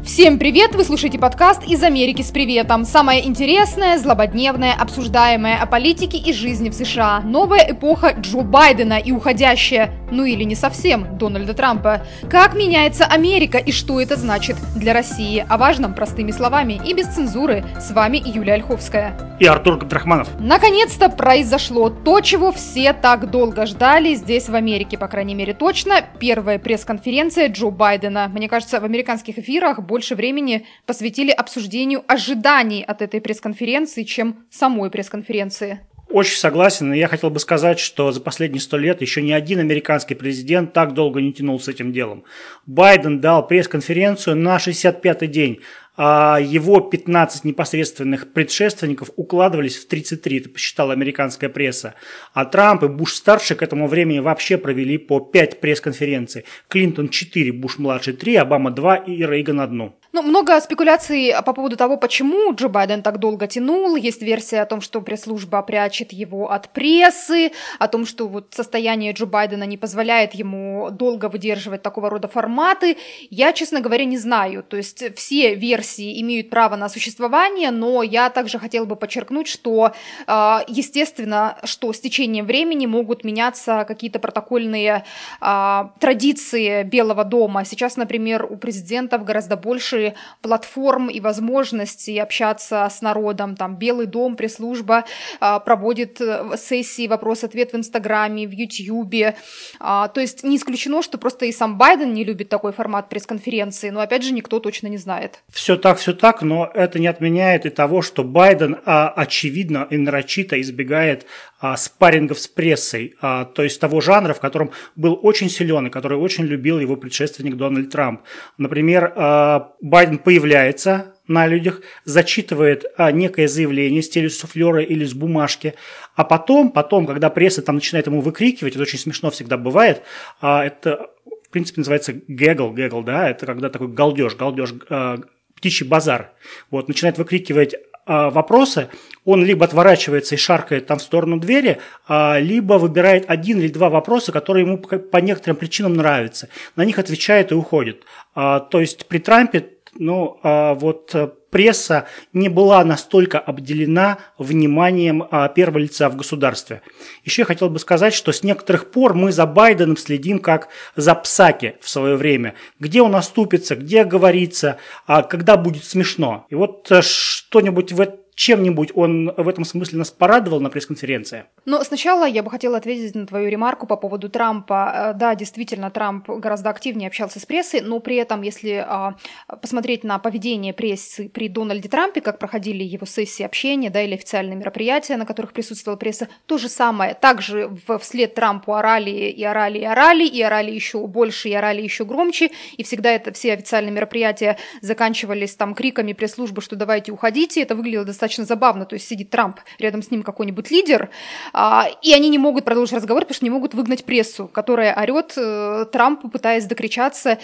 Всем привет! Вы слушаете подкаст «Из Америки с приветом». Самое интересное, злободневное, обсуждаемое о политике и жизни в США. Новая эпоха Джо Байдена и уходящая, ну или не совсем, Дональда Трампа. Как меняется Америка и что это значит для России? О важном простыми словами и без цензуры. С вами Юлия Ольховская. И Артур Габдрахманов. Наконец-то произошло то, чего все так долго ждали здесь в Америке, по крайней мере точно. Первая пресс-конференция Джо Байдена. Мне кажется, в американских эфирах больше времени посвятили обсуждению ожиданий от этой пресс-конференции, чем самой пресс-конференции. Очень согласен, и я хотел бы сказать, что за последние 100 лет еще ни один американский президент так долго не тянул с этим делом. Байден дал пресс-конференцию на 65-й день, а его 15 непосредственных предшественников укладывались в 33, это посчитала американская пресса. А Трамп и Буш-старший к этому времени вообще провели по 5 пресс-конференций. Клинтон 4, Буш-младший 3, Обама 2 и Рейган 1. Много спекуляций по поводу того, почему Джо Байден так долго тянул. Есть версия о том, что пресс-служба прячет его от прессы, о том, что вот состояние Джо Байдена не позволяет ему долго выдерживать такого рода форматы. Я, честно говоря, не знаю. То есть все версии имеют право на существование, но я также хотела бы подчеркнуть, что, естественно, что с течением времени могут меняться какие-то протокольные традиции Белого дома. Сейчас, например, у президентов гораздо больше платформ и возможностей общаться с народом. Там Белый дом, пресс-служба проводит сессии вопрос-ответ в Инстаграме, в Ютьюбе. То есть не исключено, что просто и сам Байден не любит такой формат пресс-конференции, но опять же никто точно не знает. Все так, но это не отменяет и того, что Байден очевидно и нарочито избегает спаррингов с прессой, то есть того жанра, в котором был очень силен и который очень любил его предшественник Дональд Трамп. Например, Байден появляется на людях, зачитывает некое заявление в стиле суфлера или с бумажки, а потом, когда пресса там начинает ему выкрикивать, это очень смешно всегда бывает, это в принципе называется гэгл, да, это когда такой галдеж, птичий базар, вот, начинает выкрикивать вопросы, он либо отворачивается и шаркает там в сторону двери, либо выбирает один или два вопроса, которые ему по некоторым причинам нравятся, на них отвечает и уходит. То есть при Трампе пресса не была настолько обделена вниманием первого лица в государстве. Еще я хотел бы сказать, что с некоторых пор мы за Байденом следим как за Псаки в свое время. Где он оступится, где оговорится, когда будет смешно. И вот что-нибудь чем-нибудь он в этом смысле нас порадовал на пресс-конференции? Но сначала я бы хотела ответить на твою ремарку по поводу Трампа. Да, действительно, Трамп гораздо активнее общался с прессой, но при этом, если посмотреть на поведение прессы при Дональде Трампе, как проходили его сессии общения, да, или официальные мероприятия, на которых присутствовала пресса, то же самое. Также вслед Трампу орали еще больше, и орали еще громче, и всегда все официальные мероприятия заканчивались там криками пресс-службы, что давайте уходите. Это выглядело достаточно забавно, то есть сидит Трамп, рядом с ним какой-нибудь лидер, и они не могут продолжить разговор, потому что не могут выгнать прессу, которая орет Трампу, пытаясь докричаться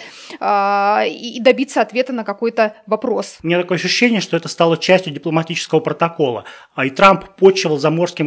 и добиться ответа на какой-то вопрос. У меня такое ощущение, что это стало частью дипломатического протокола, и Трамп почивал заморских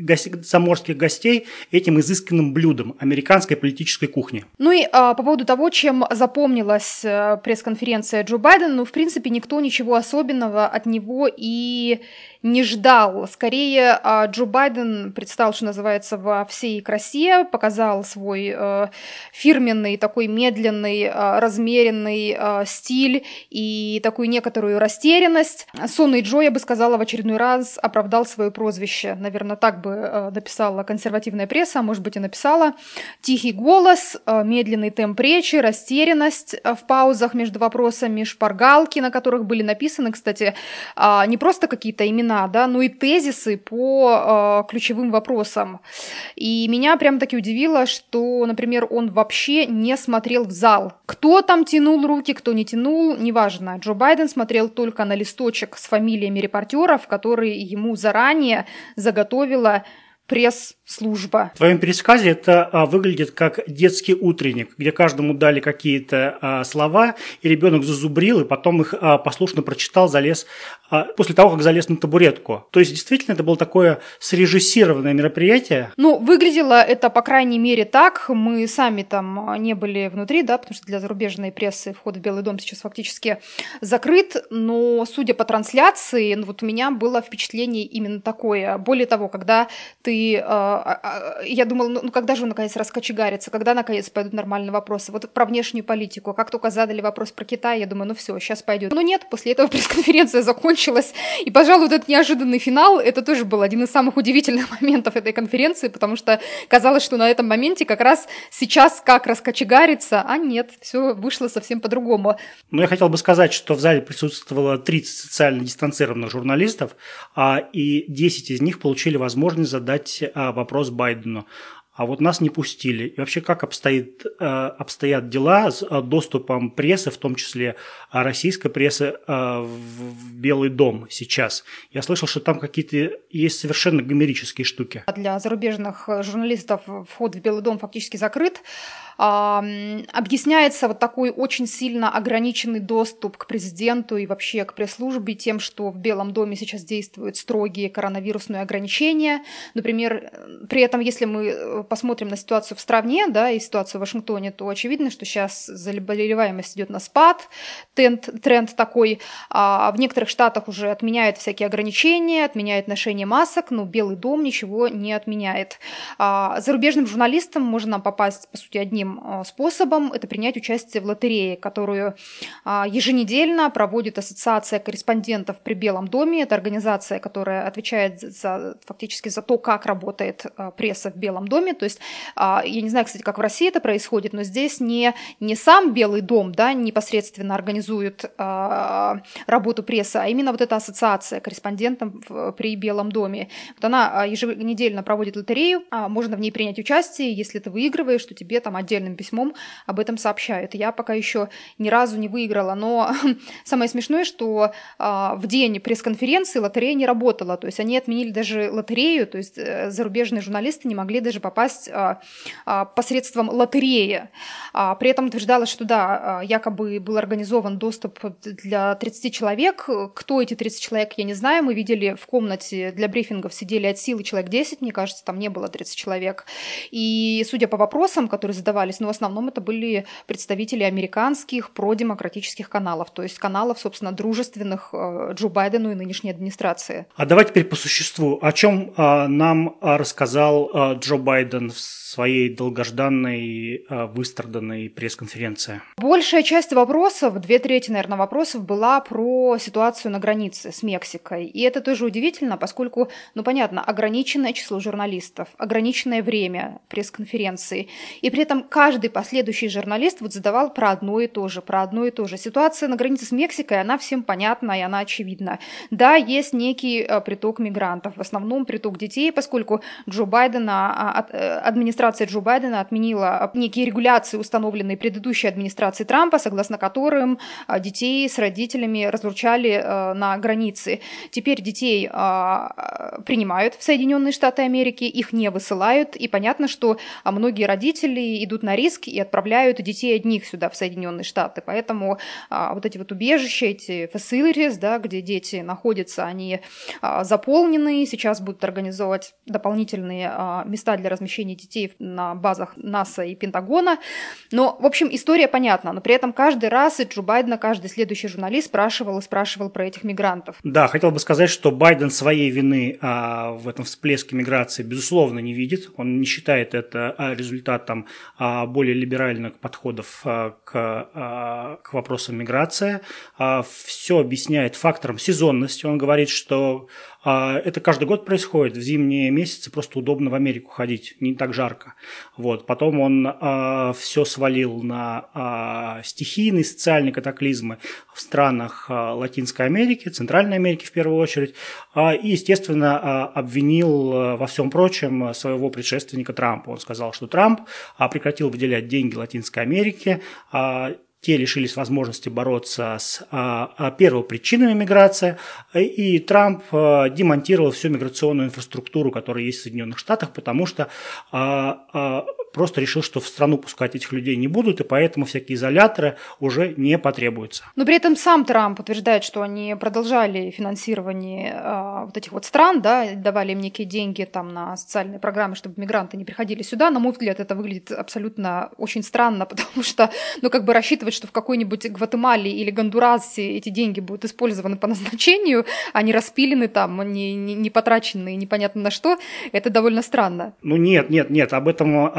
гостей этим изысканным блюдом американской политической кухни. Ну и по поводу того, чем запомнилась пресс-конференция Джо Байдена, в принципе, никто ничего особенного от него и не ждал. Скорее, Джо Байден предстал, что называется, во всей красе, показал свой фирменный, такой медленный, размеренный стиль и такую некоторую растерянность. Сонный Джо, я бы сказала, в очередной раз оправдал свое прозвище. Наверное, так бы написала консервативная пресса, а может быть и написала. Тихий голос, медленный темп речи, растерянность в паузах между вопросами, шпаргалки, на которых были написаны, кстати, не просто какие-то имена, да, но и тезисы по ключевым вопросам. И меня прям таки удивило, что, например, он вообще не смотрел в зал. Кто там тянул руки, кто не тянул, неважно. Джо Байден смотрел только на листочек с фамилиями репортеров, которые ему заранее заготовила пресс-служба. В твоем пересказе это выглядит как детский утренник, где каждому дали какие-то слова, и ребенок зазубрил, и потом их послушно прочитал, залез, после того, как залез на табуретку. То есть, действительно, это было такое срежиссированное мероприятие? Ну, выглядело это, по крайней мере, так. Мы сами там не были внутри, да, потому что для зарубежной прессы вход в Белый дом сейчас фактически закрыт, но, судя по трансляции, ну, вот у меня было впечатление именно такое. Более того, когда я думала, ну когда же он наконец раскочегарится, когда наконец пойдут нормальные вопросы. Вот про внешнюю политику. Как только задали вопрос про Китай, я думаю, ну все, сейчас пойдет. Но нет, после этого пресс-конференция закончилась. И, пожалуй, вот этот неожиданный финал, это тоже был один из самых удивительных моментов этой конференции, потому что казалось, что на этом моменте как раз сейчас как раскочегарится, а нет, все вышло совсем по-другому. Ну, я хотел бы сказать, что в зале присутствовало 30 социально дистанцированных журналистов, и 10 из них получили возможность задать вопрос Байдену. А вот нас не пустили. И вообще, как обстоят дела с доступом прессы, в том числе российской прессы, в Белый дом сейчас? Я слышал, что там какие-то есть совершенно гомерические штуки. Для зарубежных журналистов вход в Белый дом фактически закрыт. Объясняется вот такой очень сильно ограниченный доступ к президенту и вообще к пресс-службе тем, что в Белом доме сейчас действуют строгие коронавирусные ограничения. Например, при этом, если мы посмотрим на ситуацию в стране, да, и ситуацию в Вашингтоне, то очевидно, что сейчас заболеваемость идет на спад, тренд такой. В некоторых штатах уже отменяют всякие ограничения, отменяют ношение масок, но Белый дом ничего не отменяет. Зарубежным журналистам можно попасть, по сути, одним способом – это принять участие в лотерее, которую еженедельно проводит Ассоциация корреспондентов при Белом доме. Это организация, которая отвечает фактически за то, как работает пресса в Белом доме. То есть, я не знаю, кстати, как в России это происходит, но здесь не сам Белый дом, да, непосредственно организует работу прессы, а именно вот эта ассоциация корреспондентов при Белом доме. Вот она еженедельно проводит лотерею, можно в ней принять участие, если ты выигрываешь, то тебе там отдельным письмом об этом сообщают. Я пока еще ни разу не выиграла, но самое смешное, что в день пресс-конференции лотерея не работала, то есть они отменили даже лотерею, то есть зарубежные журналисты не могли даже попасть посредством лотереи. При этом утверждалось, что да, якобы был организован доступ для 30 человек. Кто эти 30 человек, я не знаю. Мы видели в комнате для брифингов сидели от силы человек 10, мне кажется, там не было 30 человек. И судя по вопросам, которые задавались, но в основном это были представители американских продемократических каналов, то есть каналов, собственно, дружественных Джо Байдену и нынешней администрации. А давай теперь по существу. О чем нам рассказал Джо Байден в своей долгожданной, выстраданной пресс-конференции? Большая часть вопросов, 2/3, наверное, вопросов была про ситуацию на границе с Мексикой. И это тоже удивительно, поскольку, ну, понятно, ограниченное число журналистов, ограниченное время пресс-конференции. И при этом каждый последующий журналист вот задавал про одно и то же. Ситуация на границе с Мексикой, она всем понятна и она очевидна. Да, есть некий приток мигрантов, в основном приток детей, поскольку администрация Джо Байдена отменила некие регуляции, установленные предыдущей администрацией Трампа, согласно которым детей с родителями разлучали на границе. Теперь детей принимают в Соединенные Штаты Америки, их не высылают, и понятно, что многие родители идут на риск и отправляют детей одних сюда, в Соединенные Штаты. Поэтому вот эти вот убежища, эти facilities, да, где дети находятся, они заполнены. Сейчас будут организовывать дополнительные места для размещения детей на базах НАСА и Пентагона. Но, в общем, история понятна. Но при этом каждый раз и Джо Байдена, каждый следующий журналист спрашивал про этих мигрантов. Да, хотел бы сказать, что Байден своей вины в этом всплеске миграции, безусловно, не видит. Он не считает это результатом более либеральных подходов к вопросам миграции. Все объясняет фактором сезонности. Он говорит, что это каждый год происходит. В зимние месяцы просто удобно в Америку ходить, не так жарко. Вот. Потом он все свалил на стихийные социальные катаклизмы в странах Латинской Америки, Центральной Америки в первую очередь. И, естественно, обвинил во всем прочем своего предшественника Трампа. Он сказал, что Трамп прекратил выделять деньги Латинской Америке, те лишились возможности бороться с первопричинами миграции, и Трамп демонтировал всю миграционную инфраструктуру, которая есть в Соединенных Штатах, потому что просто решил, что в страну пускать этих людей не будут, и поэтому всякие изоляторы уже не потребуются. Но при этом сам Трамп утверждает, что они продолжали финансирование вот этих вот стран, да, давали им некие деньги там на социальные программы, чтобы мигранты не приходили сюда. На мой взгляд, это выглядит абсолютно очень странно, потому что, рассчитывать, что в какой-нибудь Гватемале или Гондурасе эти деньги будут использованы по назначению, а не распилены там, не потрачены непонятно на что, это довольно странно. Нет, об этом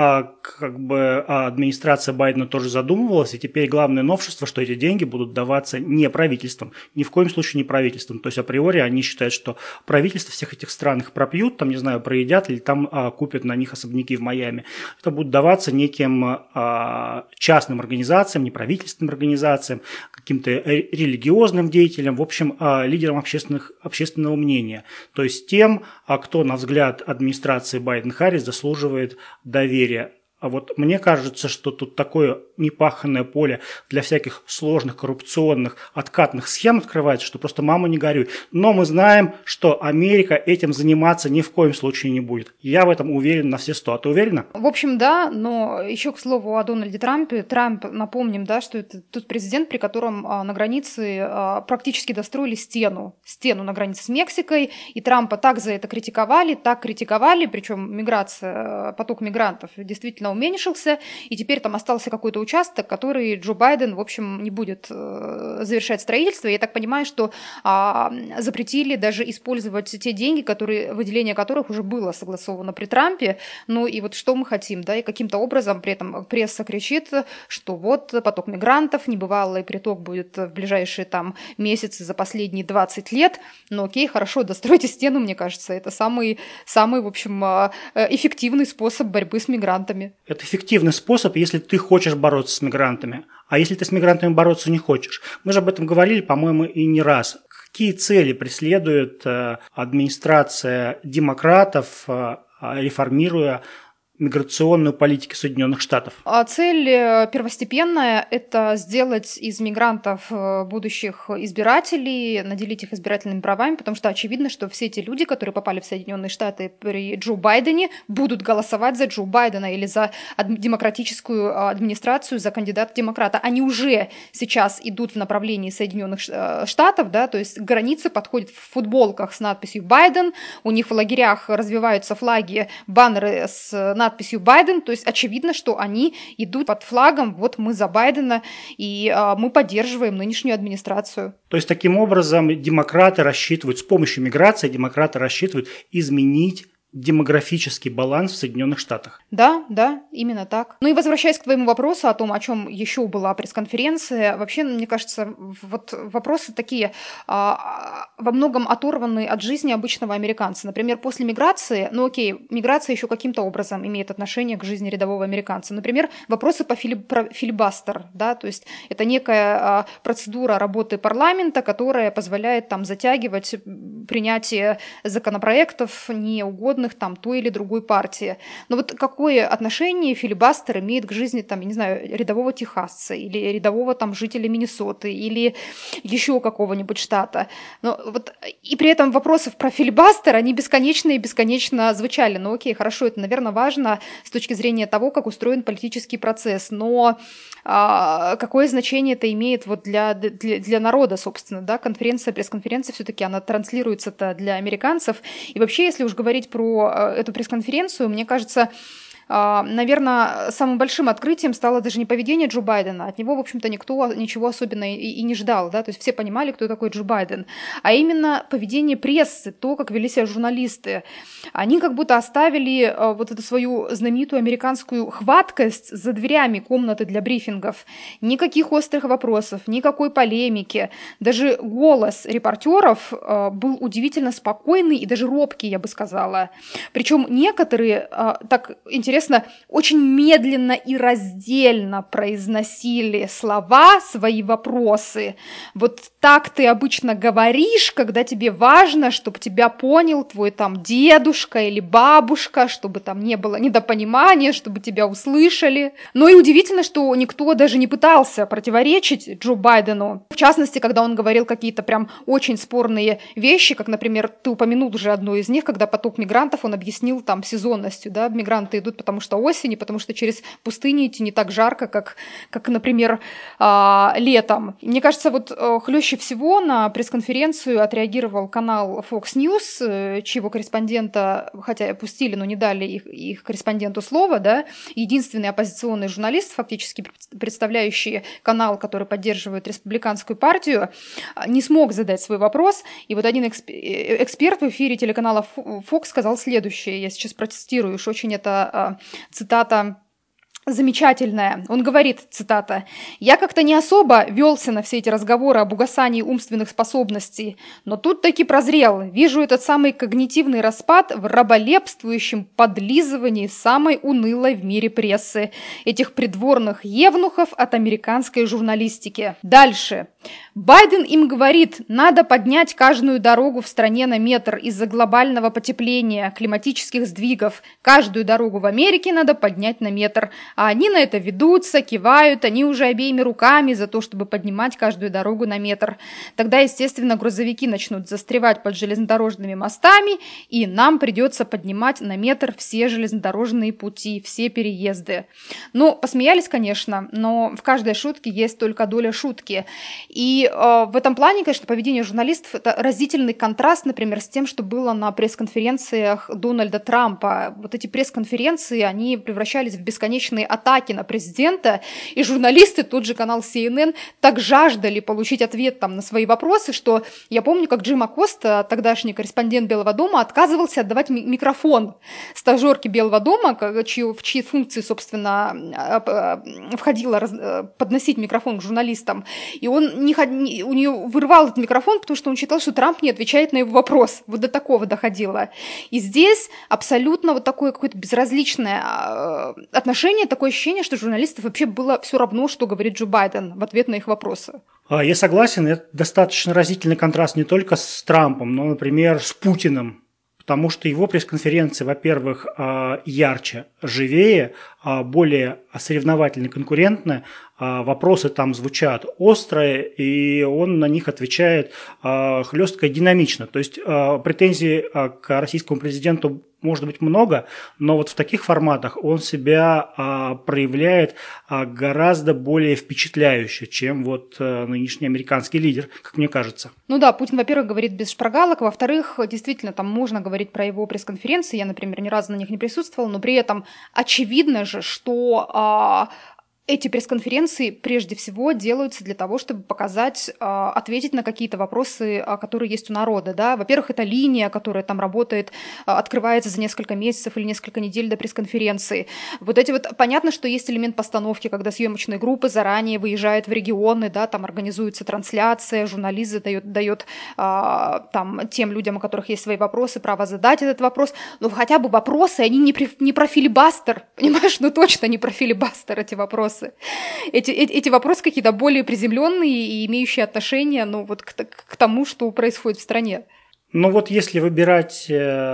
администрация Байдена тоже задумывалась, и теперь главное новшество, что эти деньги будут даваться не правительством, ни в коем случае не правительством. То есть априори они считают, что правительство всех этих стран их пропьют, там, не знаю, проедят или там купят на них особняки в Майами. Это будет даваться неким частным организациям, неправительственным организациям, каким-то религиозным деятелям, в общем, лидерам общественного мнения. То есть тем, кто, на взгляд администрации Байден-Харрис, заслуживает доверия. А вот мне кажется, что тут такое непаханное поле для всяких сложных, коррупционных, откатных схем открывается, что просто мама не горюй. Но мы знаем, что Америка этим заниматься ни в коем случае не будет. Я в этом уверен на все 100. А ты уверена? В общем, да, но еще к слову о Дональде Трампе. Трамп, напомним, да, что это тот президент, при котором на границе практически достроили стену на границе с Мексикой, и Трампа так за это критиковали, причем поток мигрантов действительно уменьшился, и теперь там остался какой-то участок, который Джо Байден, в общем, не будет завершать строительство. Я так понимаю, что запретили даже использовать те деньги, выделение которых уже было согласовано при Трампе. Ну и вот что мы хотим, да, и каким-то образом при этом пресса кричит, что вот поток мигрантов, небывалый приток будет в ближайшие там месяцы за последние 20 лет. Ну окей, хорошо, достройте стену, мне кажется, это самый в общем, эффективный способ борьбы с мигрантами. Это эффективный способ, если ты хочешь бороться с мигрантами. А если ты с мигрантами бороться не хочешь? Мы же об этом говорили, по-моему, и не раз. Какие цели преследует администрация демократов, реформируя миграционную политику Соединенных Штатов? Цель первостепенная – это сделать из мигрантов будущих избирателей, наделить их избирательными правами, потому что очевидно, что все эти люди, которые попали в Соединенные Штаты при Джо Байдене, будут голосовать за Джо Байдена или за демократическую администрацию, за кандидата-демократа. Они уже сейчас идут в направлении Соединенных Штатов, да, то есть к границе подходят в футболках с надписью «Байден», у них в лагерях развиваются флаги, баннеры с надписью «Байден», то есть очевидно, что они идут под флагом «Вот мы за Байдена, и мы поддерживаем нынешнюю администрацию». То есть таким образом с помощью миграции демократы рассчитывают изменить демографический баланс в Соединенных Штатах. Да, именно так. Ну и возвращаясь к твоему вопросу о том, о чем еще была пресс-конференция, вообще, мне кажется, вот вопросы такие во многом оторваны от жизни обычного американца. Например, после миграции, миграция еще каким-то образом имеет отношение к жизни рядового американца. Например, вопросы про филибастер, да, то есть это некая процедура работы парламента, которая позволяет там затягивать принятие законопроектов неугодных там той или другой партии. Но вот какое отношение филибастер имеет к жизни там, я не знаю, рядового техасца или рядового там жителя Миннесоты или еще какого-нибудь штата? И при этом вопросов про филибастер, они бесконечно и бесконечно звучали. Ну окей, хорошо, это, наверное, важно с точки зрения того, как устроен политический процесс, но какое значение это имеет вот для народа, собственно, да? Пресс-конференция все-таки она транслируется-то для американцев. И вообще, если уж говорить про эту пресс-конференцию, мне кажется, наверное, самым большим открытием стало даже не поведение Джо Байдена. От него, в общем-то, никто ничего особенного и не ждал, да, то есть все понимали, кто такой Джо Байден. А именно поведение прессы, то, как вели себя журналисты. Они как будто оставили вот эту свою знаменитую американскую хваткость за дверями комнаты для брифингов. Никаких острых вопросов, никакой полемики. Даже голос репортеров был удивительно спокойный и даже робкий, я бы сказала. Причем некоторые, так интересно интересно, очень медленно и раздельно произносили слова, свои вопросы. Вот так ты обычно говоришь, когда тебе важно, чтобы тебя понял твой там дедушка или бабушка, чтобы там не было недопонимания, чтобы тебя услышали. Но и удивительно, что никто даже не пытался противоречить Джо Байдену. В частности, когда он говорил какие-то прям очень спорные вещи, как, например, ты упомянул уже одну из них, когда поток мигрантов он объяснил там сезонностью, да, мигранты идут потому что осень, и потому что через пустыни идти не так жарко, как например, летом. Мне кажется, вот хлеще всего на пресс-конференцию отреагировал канал Fox News, чьего корреспондента, хотя и опустили, но не дали их корреспонденту слова, да, единственный оппозиционный журналист, фактически представляющий канал, который поддерживает республиканскую партию, не смог задать свой вопрос, и вот один эксперт в эфире телеканала Fox сказал следующее, я сейчас процитирую, уж очень это цитата замечательная. Он говорит, цитата, «Я как-то не особо велся на все эти разговоры об угасании умственных способностей, но тут таки прозрел. Вижу этот самый когнитивный распад в раболепствующем подлизывании самой унылой в мире прессы, этих придворных евнухов от американской журналистики». Дальше. Байден им говорит, надо поднять каждую дорогу в стране на метр из-за глобального потепления, климатических сдвигов. Каждую дорогу в Америке надо поднять на метр. А они на это ведутся, кивают, они уже обеими руками за то, чтобы поднимать каждую дорогу на метр. Тогда, естественно, грузовики начнут застревать под железнодорожными мостами, и нам придется поднимать на метр все железнодорожные пути, все переезды. Ну, посмеялись, конечно, но в каждой шутке есть только доля шутки. И в этом плане, конечно, поведение журналистов – это разительный контраст, например, с тем, что было на пресс-конференциях Дональда Трампа. Вот эти пресс-конференции, они превращались в бесконечные атаки на президента, и журналисты, тот же канал CNN, так жаждали получить ответ там на свои вопросы, что я помню, как Джим Акоста, тогдашний корреспондент Белого дома, отказывался отдавать микрофон стажерке Белого дома, в чьи функции, собственно, входило подносить микрофон к журналистам. И он у нее вырвал этот микрофон, потому что он считал, что Трамп не отвечает на его вопрос. Вот до такого доходило. И здесь абсолютно вот такое какое-то безразличное отношение, такое ощущение, что журналистов вообще было все равно, что говорит Джо Байден в ответ на их вопросы. Я согласен, это достаточно разительный контраст не только с Трампом, но, например, с Путиным. Потому что его пресс-конференции, во-первых, ярче, живее, более соревновательно, конкурентно, вопросы там звучат острые, и он на них отвечает хлестко и динамично. То есть претензий к российскому президенту может быть много, но вот в таких форматах он себя проявляет гораздо более впечатляюще, чем вот нынешний американский лидер, как мне кажется. Ну да, Путин, во-первых, говорит без шпаргалок, во-вторых, действительно, там можно говорить про его пресс-конференции, я, например, ни разу на них не присутствовала, но при этом очевидно же, что эти пресс-конференции прежде всего делаются для того, чтобы показать, ответить на какие-то вопросы, которые есть у народа. Да? Во-первых, это линия, которая там работает, открывается за несколько месяцев или несколько недель до пресс-конференции. Вот эти вот, понятно, что есть элемент постановки, когда съемочные группы заранее выезжают в регионы, да, там организуется трансляция, журналист дает там тем людям, у которых есть свои вопросы, право задать этот вопрос. Но хотя бы вопросы, они не про филибастер, понимаешь, ну точно не про филибастер эти вопросы. Эти вопросы какие-то более приземленные и имеющие отношение, ну, вот к тому, что происходит в стране. Ну вот если выбирать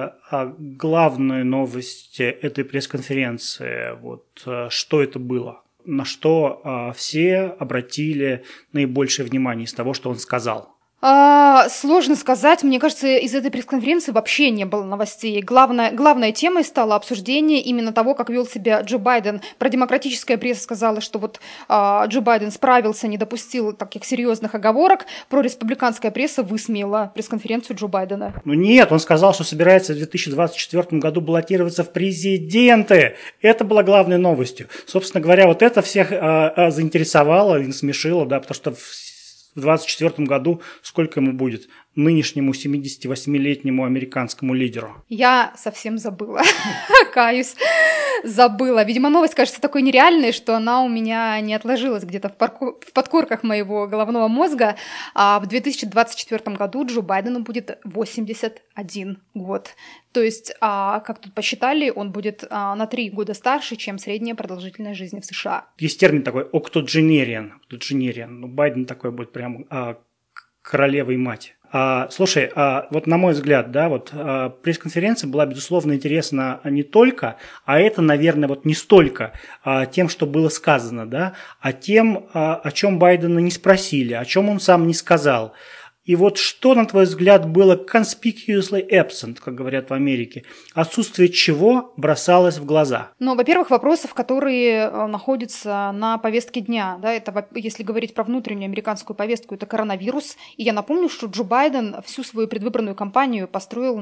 главную новость этой пресс-конференции, вот что это было? На что все обратили наибольшее внимание из того, что он сказал? Сложно сказать. Мне кажется, из этой пресс-конференции вообще не было новостей. Главной темой стало обсуждение именно того, как вел себя Джо Байден. Продемократическая пресса сказала, что вот Джо Байден справился, не допустил таких серьезных оговорок. Прореспубликанская пресса высмеяла пресс-конференцию Джо Байдена. Ну нет, он сказал, что собирается в 2024 году баллотироваться в президенты. Это была главной новостью. Собственно говоря, вот это всех заинтересовало и насмешило, да, потому что в 2024 году сколько ему будет? нынешнему 78-летнему американскому лидеру? Я совсем забыла, каюсь, забыла. Видимо, новость кажется такой нереальной, что она у меня не отложилась где-то в подкорках моего головного мозга. А в 2024 году Джо Байдену будет 81 год. То есть, как тут посчитали, он будет на 3 года старше, чем средняя продолжительность жизни в США. Есть термин такой «октодженериан». Ну, Байден такой будет прям королевой мать. Слушай, вот на мой взгляд, да, вот пресс-конференция была, безусловно, интересна не только, а это, наверное, вот не столько тем, что было сказано, да, а тем, о чем Байдена не спросили, о чем он сам не сказал. И вот что, на твой взгляд, было conspicuously absent, как говорят в Америке, отсутствие чего бросалось в глаза? Ну, во-первых, вопросов, которые находятся на повестке дня. Да, это, если говорить про внутреннюю американскую повестку, это коронавирус. И я напомню, что Джо Байден всю свою предвыборную кампанию построил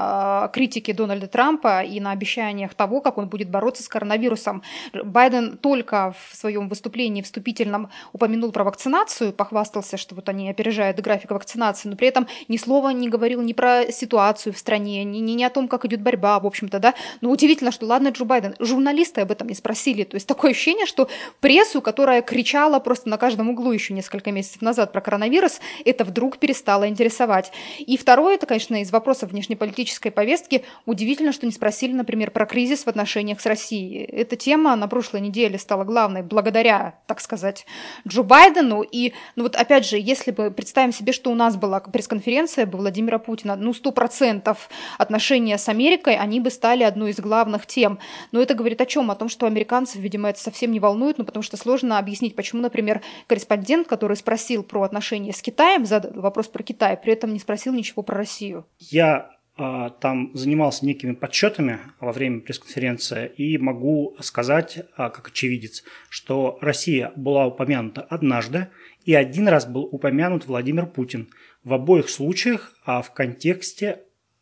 на критике Дональда Трампа и на обещаниях того, как он будет бороться с коронавирусом. Байден только в своем выступлении вступительном упомянул про вакцинацию, похвастался, что вот они опережают график вакцинации, но при этом ни слова не говорил ни про ситуацию в стране, ни о том, как идет борьба, в общем-то, да. Но удивительно, что, ладно, Джо Байден, журналисты об этом не спросили. То есть такое ощущение, что прессу, которая кричала просто на каждом углу еще несколько месяцев назад про коронавирус, это вдруг перестало интересовать. И второе, это, конечно, из вопросов внешнеполитической повестки, удивительно, что не спросили, например, про кризис в отношениях с Россией. Эта тема на прошлой неделе стала главной благодаря, так сказать, Джо Байдену. И, ну вот опять же, если бы представим себе, что у нас была пресс-конференция бы Владимира Путина, 100% отношения с Америкой, они бы стали одной из главных тем. Но это говорит о чем? О том, что американцев, видимо, это совсем не волнует, потому что сложно объяснить, почему, например, корреспондент, который спросил про отношения с Китаем, задал вопрос про Китай, при этом не спросил ничего про Россию. Я там занимался некими подсчетами во время пресс-конференции и могу сказать, как очевидец, что Россия была упомянута однажды, и один раз был упомянут Владимир Путин. В обоих случаях в контексте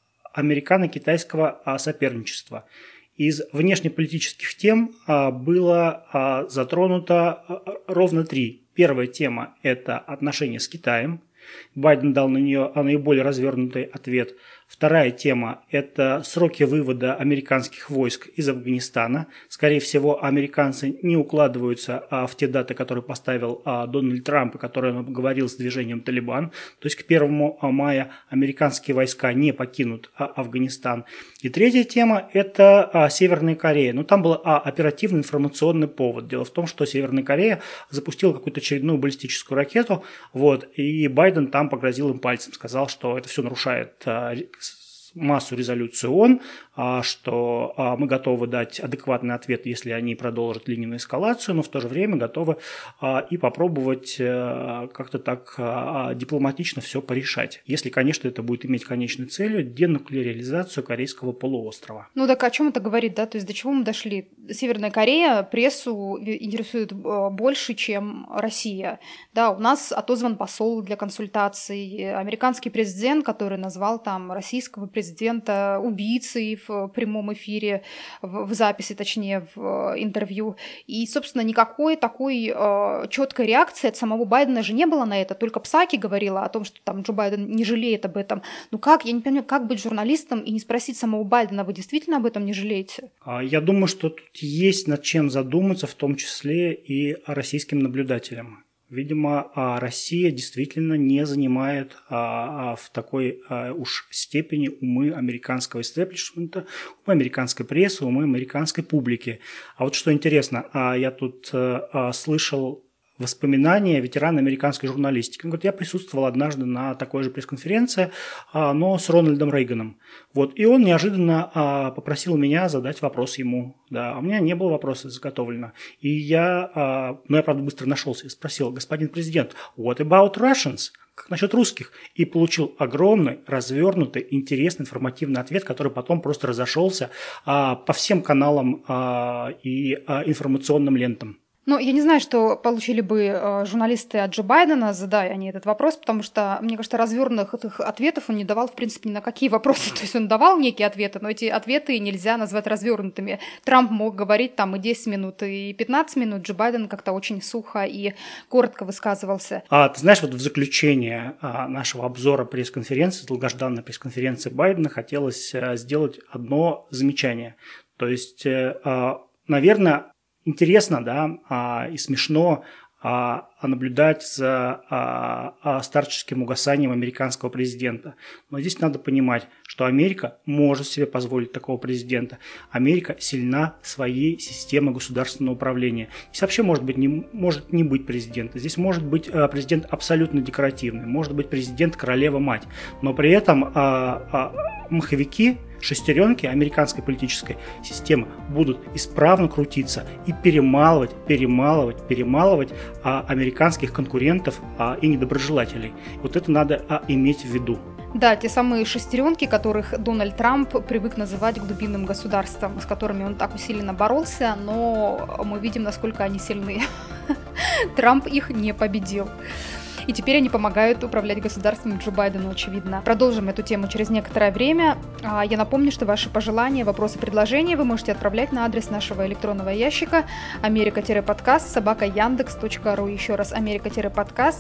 американо-китайского соперничества. Из внешнеполитических тем было затронуто ровно 3. Первая тема – это отношения с Китаем. Байден дал на нее наиболее развернутый ответ. Вторая тема – это сроки вывода американских войск из Афганистана. Скорее всего, американцы не укладываются в те даты, которые поставил Дональд Трамп, и которые он обговорил с движением «Талибан». То есть к 1 мая американские войска не покинут Афганистан. И третья тема – это Северная Корея. Но там был оперативный информационный повод. Дело в том, что Северная Корея запустила какую-то очередную баллистическую ракету, и Байден там погрозил им пальцем, сказал, что это все нарушает массу резолюций ООН, что мы готовы дать адекватный ответ, если они продолжат линейную эскалацию, но в то же время готовы и попробовать как-то так дипломатично все порешать. Если, конечно, это будет иметь конечной целью денуклеаризацию Корейского полуострова. Ну так о чем это говорит, да? То есть до чего мы дошли? Северная Корея прессу интересует больше, чем Россия. Да, у нас отозван посол для консультаций, американский президент, который назвал там российского президента убийцей в прямом эфире, в записи, точнее, в интервью. И, собственно, никакой такой четкой реакции от самого Байдена же не было на это. Только Псаки говорила о том, что там Джо Байден не жалеет об этом. Ну как? Я не понимаю, как быть журналистом и не спросить самого Байдена, вы действительно об этом не жалеете? Я думаю, что тут есть над чем задуматься, в том числе и российским наблюдателям. Видимо, Россия действительно не занимает в такой уж степени умы американского истеблишмента, умы американской прессы, умы американской публики. А вот что интересно, я тут слышал воспоминания ветерана американской журналистики. Он говорит, я присутствовал однажды на такой же пресс-конференции, но с Рональдом Рейганом. И он неожиданно попросил меня задать вопрос ему. Да, а у меня не было вопроса заготовлено. И я правда, быстро нашелся и спросил, господин президент, what about Russians? Как насчет русских? И получил огромный, развернутый, интересный, информативный ответ, который потом просто разошелся по всем каналам и информационным лентам. Ну, я не знаю, что получили бы журналисты от Джо Байдена, задая они этот вопрос, потому что, мне кажется, развернутых ответов он не давал, в принципе, ни на какие вопросы. То есть он давал некие ответы, но эти ответы нельзя назвать развернутыми. Трамп мог говорить там и 10 минут, и 15 минут. Джо Байден как-то очень сухо и коротко высказывался. Ты знаешь, вот в заключение нашего обзора пресс-конференции, долгожданной пресс-конференции Байдена, хотелось сделать одно замечание. То есть, наверное, интересно, да, и смешно наблюдать за старческим угасанием американского президента. Но здесь надо понимать, что Америка может себе позволить такого президента. Америка сильна своей системой государственного управления. Здесь вообще может не быть президента. Здесь может быть президент абсолютно декоративный, может быть президент королева-мать. Но при этом маховики, шестеренки американской политической системы будут исправно крутиться и перемалывать американских конкурентов и недоброжелателей. Вот это надо иметь в виду. Да, те самые шестеренки, которых Дональд Трамп привык называть глубинным государством, с которыми он так усиленно боролся, но мы видим, насколько они сильны. Трамп их не победил. И теперь они помогают управлять государством Джо Байдену, очевидно. Продолжим эту тему через некоторое время. Я напомню, что ваши пожелания, вопросы, предложения вы можете отправлять на адрес нашего электронного ящика america-podcast@yandex.ru. Еще раз,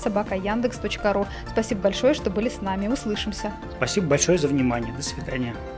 america-podcast@yandex.ru. Спасибо большое, что были с нами. Услышимся. Спасибо большое за внимание. До свидания.